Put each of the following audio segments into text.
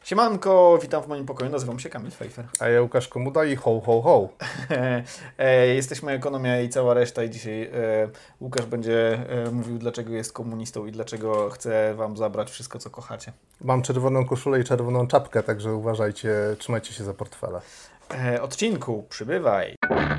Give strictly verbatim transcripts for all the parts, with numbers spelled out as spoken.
Siemanko, witam w moim pokoju, nazywam się Kamil Fejfer. A ja Łukasz Komuda i ho, ho, ho. e, jesteśmy Ekonomia i cała reszta i dzisiaj e, Łukasz będzie e, mówił, dlaczego jest komunistą i dlaczego chce wam zabrać wszystko, co kochacie. Mam czerwoną koszulę i czerwoną czapkę, także uważajcie, trzymajcie się za portfele. E, odcinku, przybywaj.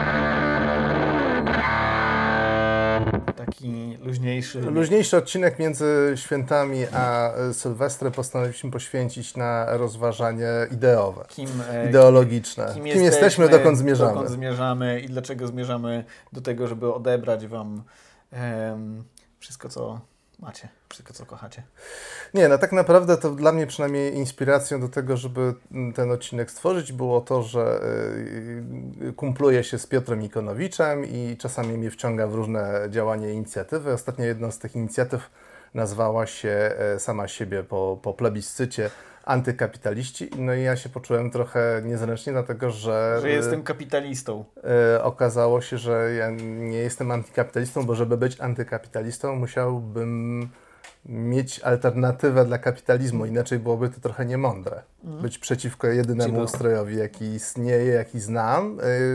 Taki luźniejszy. Luźniejszy odcinek między świętami a Sylwestrem postanowiliśmy poświęcić na rozważanie ideowe, kim, e, ideologiczne. Kim, kim jesteśmy, jesteśmy, dokąd zmierzamy. Dokąd zmierzamy i dlaczego zmierzamy do tego, żeby odebrać wam e, wszystko, co macie, wszystko, co kochacie. Nie, no tak naprawdę to dla mnie przynajmniej inspiracją do tego, żeby ten odcinek stworzyć, było to, że y, kumpluję się z Piotrem Ikonowiczem i czasami mnie wciąga w różne działania i inicjatywy. Ostatnio jedną z tych inicjatyw nazwała się sama siebie po, po plebiscycie Antykapitaliści. No i ja się poczułem trochę niezręcznie, dlatego że... Że jestem kapitalistą. Y, okazało się, że ja nie jestem antykapitalistą, bo żeby być antykapitalistą musiałbym mieć alternatywę dla kapitalizmu, inaczej byłoby to trochę niemądre. Mm. Być przeciwko jedynemu ustrojowi, jaki istnieje, jaki znam.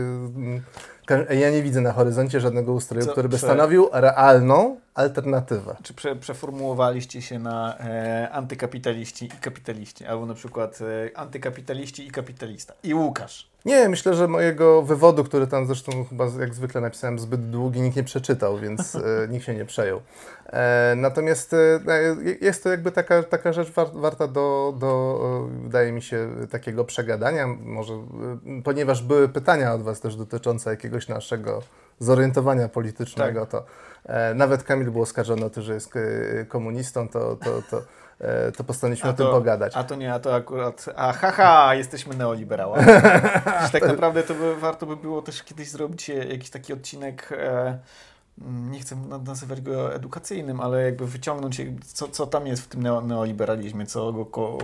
Yy, ja nie widzę na horyzoncie żadnego ustroju, Co, który by prze... stanowił realną alternatywę. Czy prze, przeformułowaliście się na e, antykapitaliści i kapitaliści, albo na przykład e, antykapitaliści i kapitalista. I Łukasz. Nie, myślę, że mojego wywodu, który tam zresztą chyba jak zwykle napisałem zbyt długi, nikt nie przeczytał, więc e, nikt się nie przejął. E, natomiast e, jest to jakby taka, taka rzecz war, warta do, do, wydaje mi się, takiego przegadania, może, e, ponieważ były pytania od Was też dotyczące jakiegoś naszego zorientowania politycznego, tak. to e, nawet Kamil był oskarżony o to, że jest komunistą, to, to, to to postanowiliśmy o tym pogadać. A to nie, a to akurat, a haha, jesteśmy neoliberałami. Tak naprawdę to by, warto by było też kiedyś zrobić jakiś taki odcinek, e, nie chcę nazywać go edukacyjnym, ale jakby wyciągnąć, co, co tam jest w tym neo, neoliberalizmie, co go ko,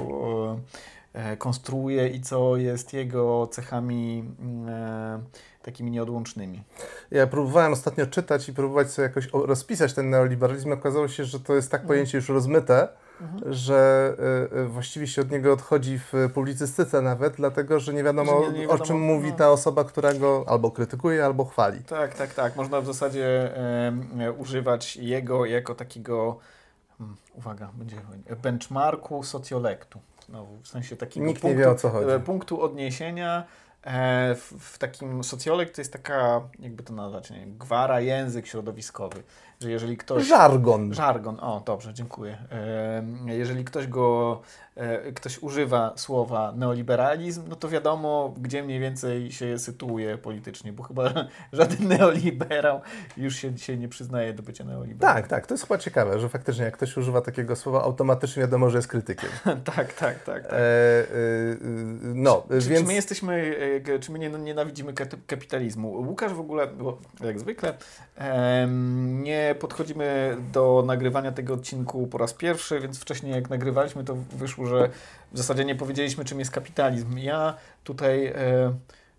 e, konstruuje i co jest jego cechami e, takimi nieodłącznymi. Ja próbowałem ostatnio czytać i próbować sobie jakoś rozpisać ten neoliberalizm. Okazało się, że to jest tak pojęcie już rozmyte, Mhm. że y, właściwie się od niego odchodzi w publicystyce nawet, dlatego, że nie wiadomo, że nie, nie wiadomo o czym no. mówi ta osoba, która go albo krytykuje, albo chwali. Tak, tak, tak. Można w zasadzie y, używać jego jako takiego, hmm, uwaga, będzie benchmarku socjolektu. Znowu, w sensie takiego Nikt punktu, nie wie, o co chodzi. punktu odniesienia. E, w, w takim socjolog to jest taka, jakby to nazwać, nie wiem, gwara, język środowiskowy, że jeżeli ktoś... Żargon. Żargon, o dobrze, dziękuję. E, jeżeli ktoś go, e, ktoś używa słowa neoliberalizm, no to wiadomo, gdzie mniej więcej się sytuuje politycznie, bo chyba żaden neoliberał już się dzisiaj nie przyznaje do bycia neoliberałem. Tak, tak, to jest chyba ciekawe, że faktycznie jak ktoś używa takiego słowa, automatycznie wiadomo, że jest krytykiem. tak, tak, tak. tak. E, y, no, czy, więc... czy my jesteśmy... Czy my nie, nienawidzimy kapitalizmu? Łukasz w ogóle, bo jak zwykle, em, nie podchodzimy do nagrywania tego odcinku po raz pierwszy, więc wcześniej jak nagrywaliśmy, to wyszło, że w zasadzie nie powiedzieliśmy, czym jest kapitalizm. Ja tutaj e,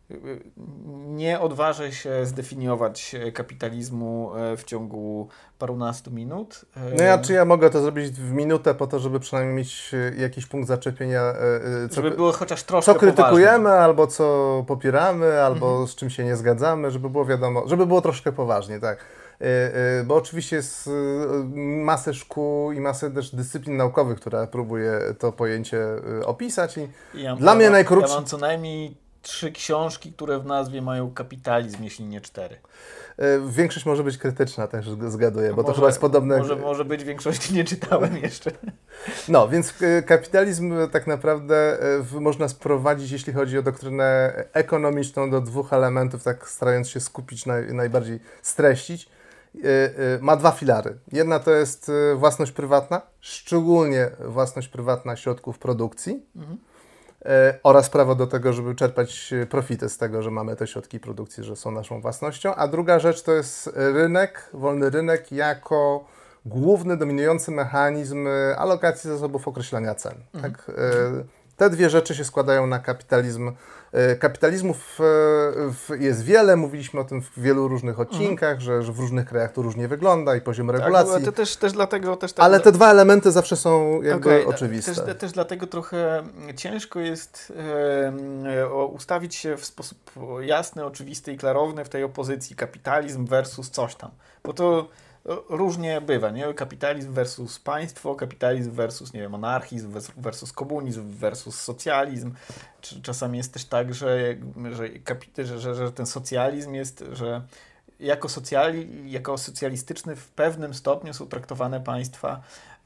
nie odważę się zdefiniować kapitalizmu w ciągu parunastu minut. No ja, czy ja mogę to zrobić w minutę po to, żeby przynajmniej mieć jakiś punkt zaczepienia, co, żeby było chociaż troszkę co krytykujemy, poważnie. Albo co popieramy, albo mhm. z czym się nie zgadzamy, żeby było wiadomo, żeby było troszkę poważnie, tak. Bo oczywiście jest masę szkół i masę też dyscyplin naukowych, która próbuje to pojęcie opisać i ja, dla ja mnie mam, najkrótszy... Ja mam co najmniej trzy książki, które w nazwie mają kapitalizm, jeśli nie cztery. Większość może być krytyczna, też zgaduję, bo może, to chyba jest podobne... Może, może być, większości nie czytałem jeszcze. No, więc kapitalizm tak naprawdę można sprowadzić, jeśli chodzi o doktrynę ekonomiczną, do dwóch elementów, tak starając się skupić, naj, najbardziej streścić. Ma dwa filary. Jedna to jest własność prywatna, szczególnie własność prywatna środków produkcji. Mhm. Oraz prawo do tego, żeby czerpać profity z tego, że mamy te środki produkcji, że są naszą własnością. A druga rzecz to jest rynek, wolny rynek jako główny, dominujący mechanizm alokacji zasobów, określania cen. Mhm. Tak? Te dwie rzeczy się składają na kapitalizm. Kapitalizmów jest wiele, mówiliśmy o tym w wielu różnych odcinkach, mhm. że, że w różnych krajach to różnie wygląda i poziom regulacji. Tak, to też, też dlatego... Też tak ale dla... te dwa elementy zawsze są jakby okay, oczywiste. Też, też dlatego trochę ciężko jest e, ustawić się w sposób jasny, oczywisty i klarowny w tej opozycji kapitalizm versus coś tam. Bo to różnie bywa, nie? Kapitalizm versus państwo, kapitalizm versus, nie wiem, monarchizm versus komunizm versus socjalizm. Czasami jest też tak, że, że, kapit- że, że, że ten socjalizm jest, że jako, socjali, jako socjalistyczny w pewnym stopniu są traktowane państwa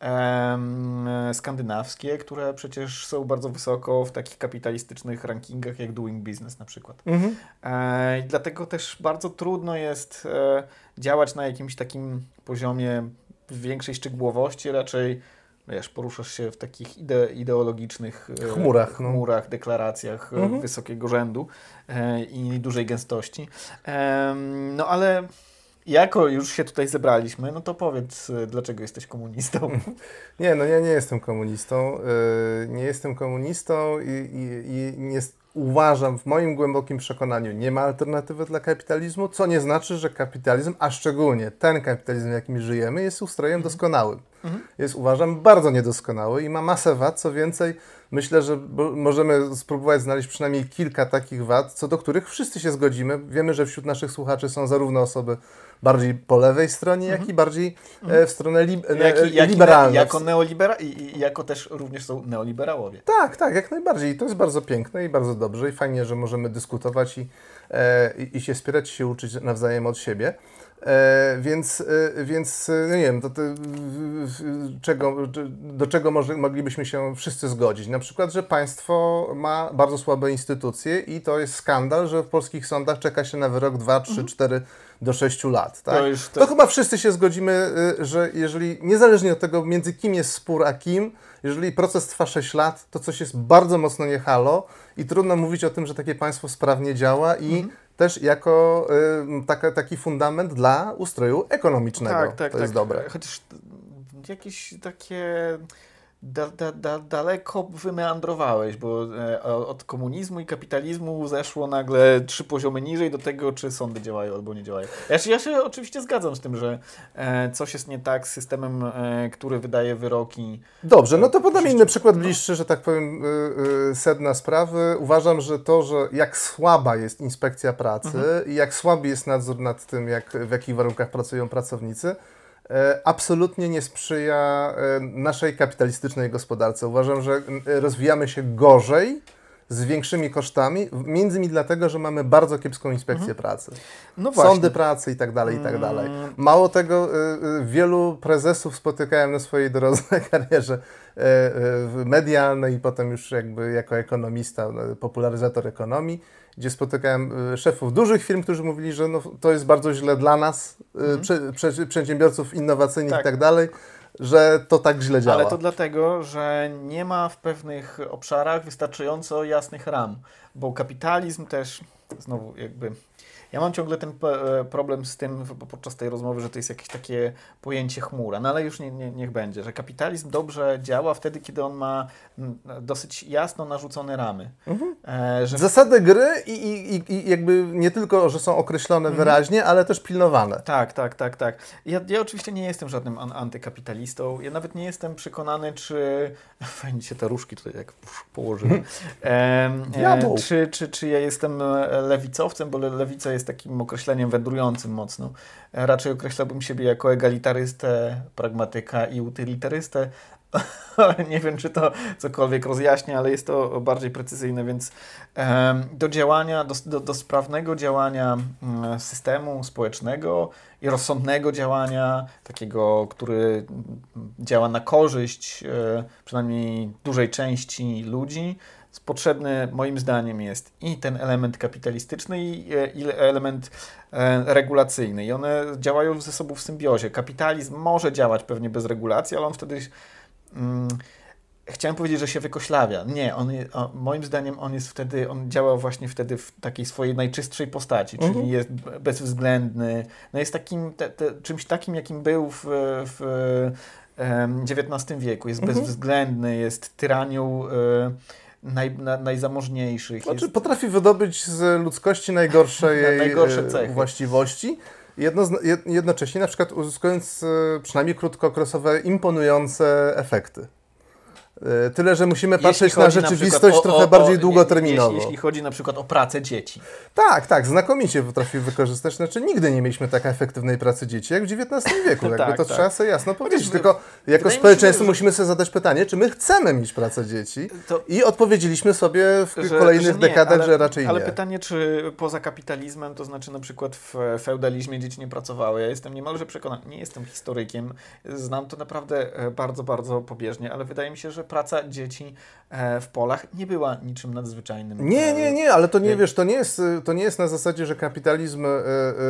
em, skandynawskie, które przecież są bardzo wysoko w takich kapitalistycznych rankingach jak Doing Business na przykład. Mhm. E, dlatego też bardzo trudno jest e, działać na jakimś takim poziomie większej szczegółowości, raczej wiesz, poruszasz się w takich ide- ideologicznych chmurach, chmurach no. deklaracjach mhm. wysokiego rzędu e, i dużej gęstości. E, no ale jako już się tutaj zebraliśmy, no to powiedz, dlaczego jesteś komunistą? Nie, no ja nie jestem komunistą. Yy, nie jestem komunistą i, i, i nie uważam, w moim głębokim przekonaniu, nie ma alternatywy dla kapitalizmu, co nie znaczy, że kapitalizm, a szczególnie ten kapitalizm, w jakim żyjemy, jest ustrojem mhm. doskonałym. Mhm. Jest, uważam, bardzo niedoskonały i ma masę wad. Co więcej, myślę, że możemy spróbować znaleźć przynajmniej kilka takich wad, co do których wszyscy się zgodzimy. Wiemy, że wśród naszych słuchaczy są zarówno osoby bardziej po lewej stronie, jak i bardziej mhm. e, w stronę li, jak, jak liberalną. Jako neolibera i, i jako też również są neoliberałowie. Tak, tak, jak najbardziej. I to jest bardzo piękne i bardzo dobrze i fajnie, że możemy dyskutować i, e, i, i się wspierać, się uczyć nawzajem od siebie. E, więc, e, więc no nie wiem, to, to, czego, do czego może, moglibyśmy się wszyscy zgodzić. Na przykład, że państwo ma bardzo słabe instytucje i to jest skandal, że w polskich sądach czeka się na wyrok dwa, trzy, cztery do sześciu lat. Tak? To, już to... to chyba wszyscy się zgodzimy, że jeżeli, niezależnie od tego, między kim jest spór, a kim, jeżeli proces trwa sześć lat, to coś jest bardzo mocno nie halo i trudno mówić o tym, że takie państwo sprawnie działa i mhm. też jako y, taka, taki fundament dla ustroju ekonomicznego. Tak, tak, to tak. jest dobre. Chociaż jakieś takie da, da, da, daleko wymeandrowałeś, bo e, od komunizmu i kapitalizmu zeszło nagle trzy poziomy niżej do tego, czy sądy działają albo nie działają. Ja się, ja się oczywiście zgadzam z tym, że e, coś jest nie tak z systemem, e, który wydaje wyroki. Dobrze, no to podam inny przykład bliższy, że tak powiem, y, y, sedna sprawy. Uważam, że to, że jak słaba jest inspekcja pracy mhm. i jak słaby jest nadzór nad tym, jak, w jakich warunkach pracują pracownicy, absolutnie nie sprzyja naszej kapitalistycznej gospodarce. Uważam, że rozwijamy się gorzej, z większymi kosztami, między innymi dlatego, że mamy bardzo kiepską inspekcję mhm. pracy. No sądy pracy i tak dalej, i tak dalej. Mało tego, wielu prezesów spotykałem na swojej drodze karierze medialnej i potem już jakby jako ekonomista, popularyzator ekonomii, gdzie spotykałem szefów dużych firm, którzy mówili, że no, to jest bardzo źle dla nas, mhm. prze, prze, przedsiębiorców innowacyjnych tak. i tak dalej, że to tak źle działa. Ale to dlatego, że nie ma w pewnych obszarach wystarczająco jasnych ram, bo kapitalizm też, znowu jakby... Ja mam ciągle ten problem z tym podczas tej rozmowy, że to jest jakieś takie pojęcie chmura, no ale już nie, nie, niech będzie, że kapitalizm dobrze działa wtedy, kiedy on ma dosyć jasno narzucone ramy. Mhm. E, że... Zasady gry i, i, i jakby nie tylko, że są określone mhm. wyraźnie, ale też pilnowane. Tak, tak, tak, tak. Ja, ja oczywiście nie jestem żadnym an- antykapitalistą, ja nawet nie jestem przekonany, czy... Fajnie się te różki tutaj jak położyły. E, e, czy, czy, czy ja jestem lewicowcem, bo lewica jest takim określeniem wędrującym mocno. Raczej określałbym siebie jako egalitarystę, pragmatyka i utylitarystę. Nie wiem, czy to cokolwiek rozjaśnia, ale jest to bardziej precyzyjne, więc um, do działania, do, do, do sprawnego działania um, systemu społecznego i rozsądnego działania, takiego, który działa na korzyść e, przynajmniej dużej części ludzi, potrzebny moim zdaniem jest i ten element kapitalistyczny i, i element e, regulacyjny i one działają ze sobą w symbiozie. Kapitalizm może działać pewnie bez regulacji, ale on wtedy mm, chciałem powiedzieć, że się wykoślawia. Nie, on, on, moim zdaniem on jest wtedy, on działa właśnie wtedy w takiej swojej najczystszej postaci, czyli mhm. jest bezwzględny, no jest takim, te, te, czymś takim, jakim był w, w dziewiętnastym wieku. Jest mhm. bezwzględny, jest tyranią e, naj, na, najzamożniejszych. Znaczy, jest... potrafi wydobyć z ludzkości najgorsze jej najgorsze cechy. właściwości. Jedno, jednocześnie na przykład uzyskując przynajmniej krótkookresowe, imponujące efekty. Tyle, że musimy patrzeć na rzeczywistość na o, trochę o, bardziej o, długoterminowo. Jeśli, jeśli chodzi na przykład o pracę dzieci. Tak, tak, znakomicie potrafi wykorzystać. Znaczy nigdy nie mieliśmy tak efektywnej pracy dzieci jak w dziewiętnastym wieku. Jakby tak, to tak. Trzeba sobie jasno powiedzieć. Tylko jako społeczeństwo się, musimy sobie zadać pytanie, czy my chcemy mieć pracę dzieci to, i odpowiedzieliśmy sobie w że, kolejnych że nie, dekadach, ale, że raczej ale nie. Ale pytanie, czy poza kapitalizmem, to znaczy na przykład w feudalizmie dzieci nie pracowały. Ja jestem niemalże przekonany, nie jestem historykiem, znam to naprawdę bardzo, bardzo pobieżnie, ale wydaje mi się, że praca dzieci w polach nie była niczym nadzwyczajnym. Nie, nie, nie, ale to nie, wiesz, to nie jest, to nie jest na zasadzie, że kapitalizm y, y,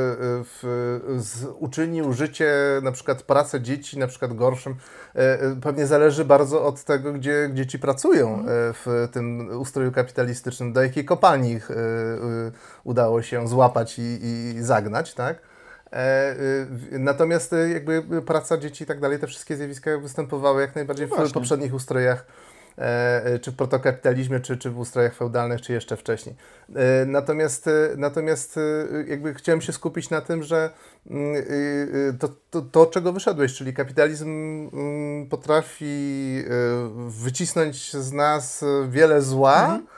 y, z, uczynił życie, na przykład pracę dzieci, na przykład gorszym. Y, y, pewnie zależy bardzo od tego, gdzie dzieci pracują mm. y, w tym ustroju kapitalistycznym, do jakiej kopalni ich y, y, udało się złapać i, i zagnać, tak? E, y, natomiast y, jakby praca dzieci i tak dalej, te wszystkie zjawiska występowały jak najbardziej no w poprzednich ustrojach, e, czy w protokapitalizmie, czy, czy w ustrojach feudalnych, czy jeszcze wcześniej. E, natomiast natomiast jakby chciałem się skupić na tym, że y, y, to, to, to, czego wyszedłeś, czyli kapitalizm y, potrafi y, wycisnąć z nas wiele zła, mhm.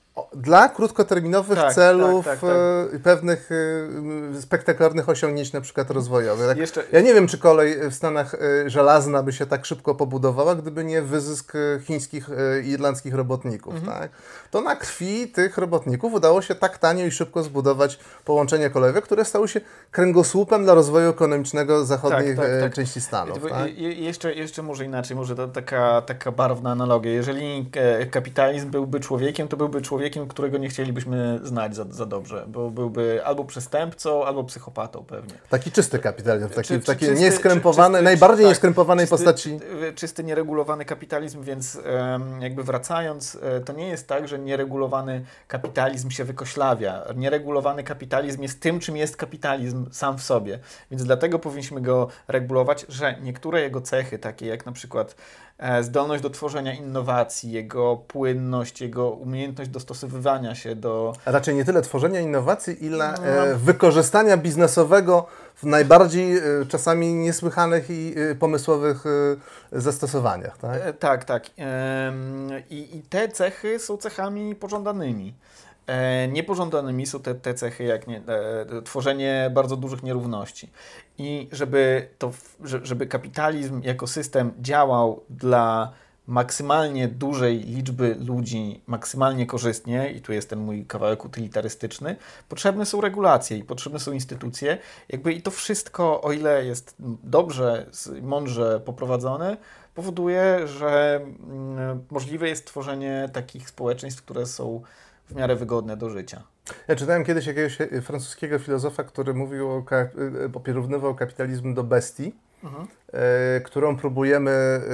dla krótkoterminowych tak, celów tak, tak, tak. pewnych spektakularnych osiągnięć, na przykład rozwojowych. Tak, Jeszcze... Ja nie wiem, czy kolej w Stanach żelazna by się tak szybko pobudowała, gdyby nie wyzysk chińskich i irlandzkich robotników. Mhm. Tak? To na krwi tych robotników udało się tak tanio i szybko zbudować połączenia kolejowe, które stały się kręgosłupem dla rozwoju ekonomicznego zachodniej tak, tak, tak. części Stanów. Tak? Je, jeszcze, jeszcze może inaczej, może to taka, taka barwna analogia. Jeżeli kapitalizm byłby człowiekiem, to byłby człowiekiem, którego nie chcielibyśmy znać za, za dobrze, bo byłby albo przestępcą, albo psychopatą pewnie. Taki czysty kapitalizm, taki, czy, taki czysty, nieskrępowany, czysty, najbardziej tak, nieskrępowanej czysty, postaci. Czysty, nieregulowany kapitalizm, więc um, jakby wracając, to nie jest tak, że nieregulowany kapitalizm się wykoślawia. Nieregulowany kapitalizm jest tym, czym jest kapitalizm sam w sobie. Więc dlatego powinniśmy go regulować, że niektóre jego cechy, takie jak na przykład zdolność do tworzenia innowacji, jego płynność, jego umiejętność dostosowywania się do... A raczej nie tyle tworzenia innowacji, ile no. e, wykorzystania biznesowego w najbardziej e, czasami niesłychanych i e, pomysłowych e, zastosowaniach. Tak, e, tak. tak. E, i, I te cechy są cechami pożądanymi. E, niepożądanymi są te, te cechy jak nie, e, tworzenie bardzo dużych nierówności. I żeby, to, żeby kapitalizm jako system działał dla maksymalnie dużej liczby ludzi, maksymalnie korzystnie, i tu jest ten mój kawałek utylitarystyczny, potrzebne są regulacje i potrzebne są instytucje. Jakby i to wszystko, o ile jest dobrze, mądrze poprowadzone, powoduje, że mm, możliwe jest tworzenie takich społeczeństw, które są w miarę wygodne do życia. Ja czytałem kiedyś jakiegoś francuskiego filozofa, który mówił o, porównywał kapitalizm do bestii, mhm. e, którą próbujemy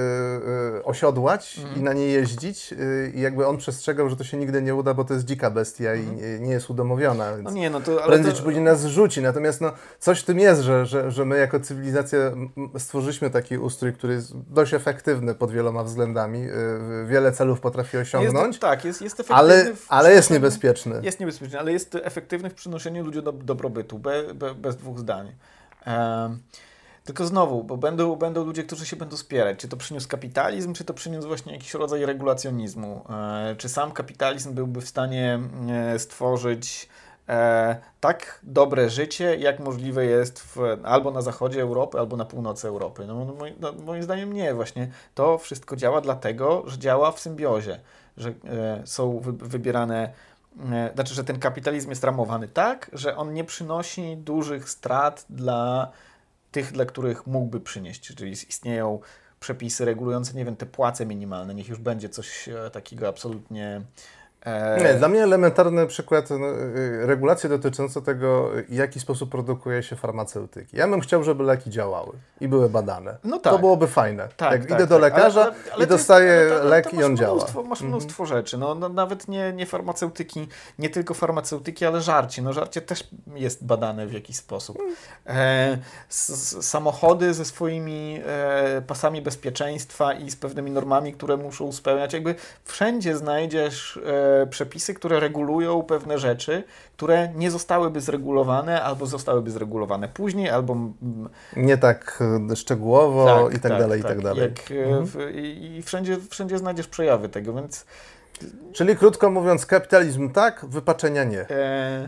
e, e, osiodłać mhm. i na niej jeździć. E, I jakby on przestrzegał, że to się nigdy nie uda, bo to jest dzika bestia mhm. i nie, nie jest udomowiona. Więc no nie, no to, ale prędzej to... czy później nas zrzuci. Natomiast no, coś w tym jest, że, że, że my jako cywilizacja stworzyliśmy taki ustrój, który jest dość efektywny pod wieloma względami. E, wiele celów potrafi osiągnąć. Jest, tak, jest, jest efektywny. Ale, ale jest niebezpieczny. Jest niebezpieczny, ale jest efektywny w przynoszeniu ludziom do, dobrobytu, be, be, bez dwóch zdań. Um, tylko znowu, bo będą, będą ludzie, którzy się będą spierać, czy to przyniósł kapitalizm, czy to przyniósł właśnie jakiś rodzaj regulacjonizmu. E, czy sam kapitalizm byłby w stanie e, stworzyć e, tak dobre życie, jak możliwe jest w, albo na zachodzie Europy, albo na północy Europy. No, no, no, moim zdaniem nie. Właśnie to wszystko działa dlatego, że działa w symbiozie, że e, są wy, wybierane Znaczy, że ten kapitalizm jest ramowany tak, że on nie przynosi dużych strat dla tych, dla których mógłby przynieść. Czyli istnieją przepisy regulujące, nie wiem, te płace minimalne. Niech już będzie coś takiego absolutnie E... Nie, dla mnie elementarny przykład, no, regulacje dotyczące tego, w jaki sposób produkuje się farmaceutyki. Ja bym chciał, żeby leki działały i były badane. No tak. To byłoby fajne. Tak, Jak tak, idę tak. do lekarza ale, ale, ale i dostaję jest, ale to, lek to i on mnóstwo, działa. Masz mnóstwo mhm. rzeczy. No, no, nawet nie, nie farmaceutyki, nie tylko farmaceutyki, ale żarcie. No, żarcie też jest badane w jakiś sposób. E, s, samochody ze swoimi e, pasami bezpieczeństwa i z pewnymi normami, które muszą spełniać. Jakby wszędzie znajdziesz e, przepisy, które regulują pewne rzeczy, które nie zostałyby zregulowane albo zostałyby zregulowane później, albo... Nie tak szczegółowo tak, i tak, tak dalej, tak, i tak dalej. Jak, mhm. w, i, I wszędzie, wszędzie znajdziesz przejawy tego, więc... Czyli krótko mówiąc, kapitalizm tak, wypaczenia nie. E,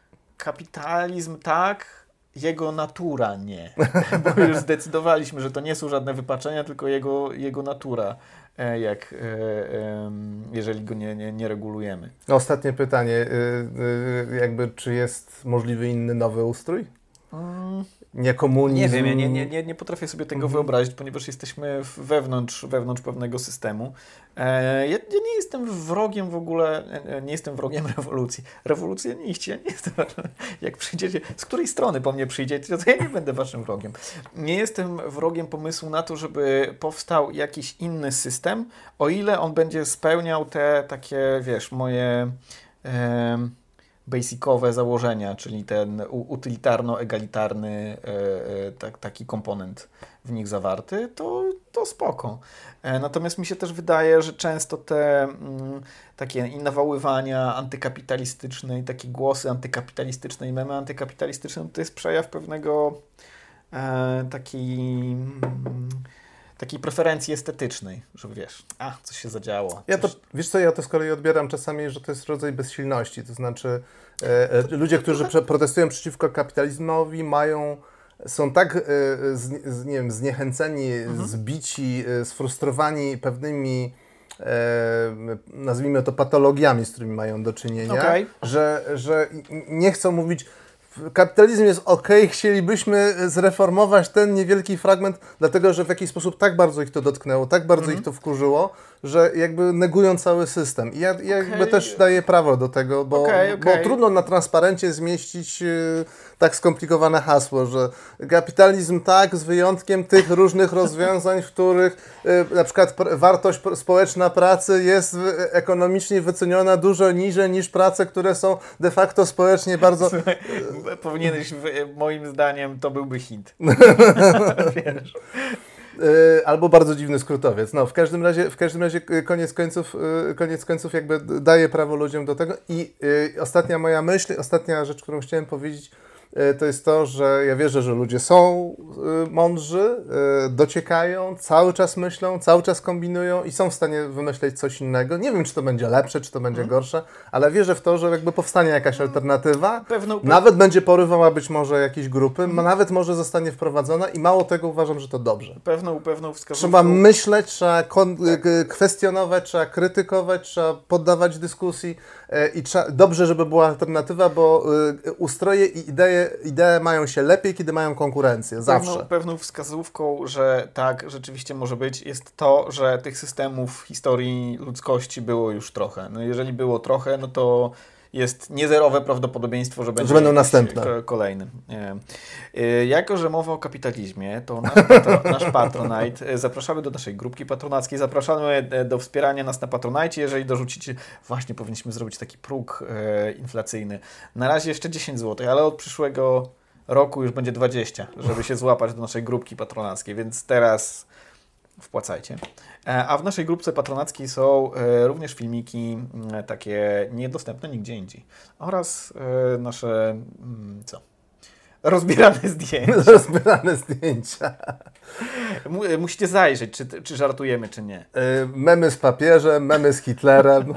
kapitalizm tak, jego natura nie. Bo już zdecydowaliśmy, że to nie są żadne wypaczenia, tylko jego, jego natura, jak, jeżeli go nie, nie, nie regulujemy. Ostatnie pytanie. Jakby, czy jest możliwy inny nowy ustrój? Hmm. Nie komunizm? Nie wiem, ja nie, nie, nie potrafię sobie tego mhm. wyobrazić, ponieważ jesteśmy wewnątrz, wewnątrz pewnego systemu. E, ja, ja nie jestem wrogiem w ogóle, nie jestem wrogiem rewolucji. Rewolucjoniści, ja nie jestem, jak przyjdziecie, z której strony po mnie przyjdziecie, to ja nie będę waszym wrogiem. Nie jestem wrogiem pomysłu na to, żeby powstał jakiś inny system, o ile on będzie spełniał te takie, wiesz, moje... E, basicowe założenia, czyli ten utylitarno-egalitarny e, e, tak, taki komponent w nich zawarty, to, to spoko. E, natomiast mi się też wydaje, że często te mm, takie i nawoływania antykapitalistyczne i takie głosy antykapitalistyczne i memy antykapitalistyczne to jest przejaw pewnego e, takiej... Mm, takiej preferencji estetycznej, że wiesz, a, coś się zadziało. Coś... Ja to, wiesz co, ja to z kolei odbieram czasami, że to jest rodzaj bezsilności, to znaczy e, e, ludzie, którzy prze, protestują przeciwko kapitalizmowi mają, są tak e, z, z, nie wiem, zniechęceni, mhm. zbici, e, sfrustrowani pewnymi e, nazwijmy to patologiami, z którymi mają do czynienia, okay. że, że nie chcą mówić kapitalizm jest ok, chcielibyśmy zreformować ten niewielki fragment, dlatego że w jakiś sposób tak bardzo ich to dotknęło, tak bardzo mm-hmm. ich to wkurzyło, że jakby negują cały system. I ja, ja okay. jakby też daję prawo do tego, bo, okay, okay. bo trudno na transparencie zmieścić yy, tak skomplikowane hasło, że kapitalizm tak, z wyjątkiem tych różnych rozwiązań, w których yy, na przykład pr- wartość pr- społeczna pracy jest w- ekonomicznie wyceniona dużo niżej niż prace, które są de facto społecznie bardzo... Słuchaj, powinieneś, moim zdaniem, to byłby hit. Wiesz. Albo bardzo dziwny skrótowiec. No, w każdym razie, w każdym razie koniec końców, koniec końców jakby daje prawo ludziom do tego. I y, ostatnia moja myśl, ostatnia rzecz, którą chciałem powiedzieć, y, to jest to, że ja wierzę, że ludzie są y, mądrzy, y, dociekają, cały czas myślą, cały czas kombinują i są w stanie wymyśleć coś innego. Nie wiem, czy to będzie lepsze, czy to będzie hmm. gorsze, ale wierzę w to, że jakby powstanie jakaś alternatywa, pewną, nawet pe... będzie porywała być może jakieś grupy, hmm. nawet może zostanie wprowadzona i mało tego uważam, że to dobrze. Pewną, pewną wskazówką. Trzeba myśleć, trzeba kon- tak. kwestionować, trzeba krytykować, trzeba poddawać dyskusji e, i trzeba, dobrze, żeby była alternatywa, bo e, ustroje i idee, idee mają się lepiej, kiedy mają konkurencję. Zawsze. Pewną, pewną wskazówką, że tak, rzeczywiście może być, jest to, że tych systemów w historii ludzkości było już trochę. No jeżeli było trochę, no to jest niezerowe prawdopodobieństwo, że, będzie że będą następne. Kolejny. Nie. Jako, że mowa o kapitalizmie, to nasz, patro, nasz Patronite, zapraszamy do naszej grupki patronackiej, zapraszamy do wspierania nas na Patronite. Jeżeli dorzucicie, właśnie powinniśmy zrobić taki próg e, inflacyjny. Na razie jeszcze dziesięć złotych, ale od przyszłego roku już będzie dwadzieścia, żeby się złapać do naszej grupki patronackiej, więc teraz wpłacajcie. A w naszej grupce patronackiej są również filmiki takie niedostępne nigdzie indziej. Oraz nasze, co? Rozbierane zdjęcia. Rozbierane zdjęcia. Musicie zajrzeć, czy, czy żartujemy, czy nie. Memy z papieżem, memy z Hitlerem.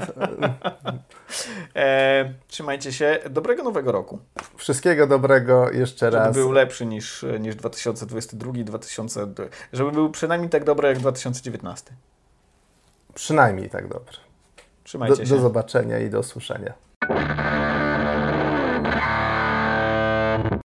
E, trzymajcie się. Dobrego nowego roku. Wszystkiego dobrego jeszcze żeby raz. Żeby był lepszy niż, niż dwa tysiące dwudziesty drugi, dwa tysiące, żeby był przynajmniej tak dobry jak dwa tysiące dziewiętnasty. Przynajmniej tak dobry. Trzymajcie do, się. Do zobaczenia i do usłyszenia.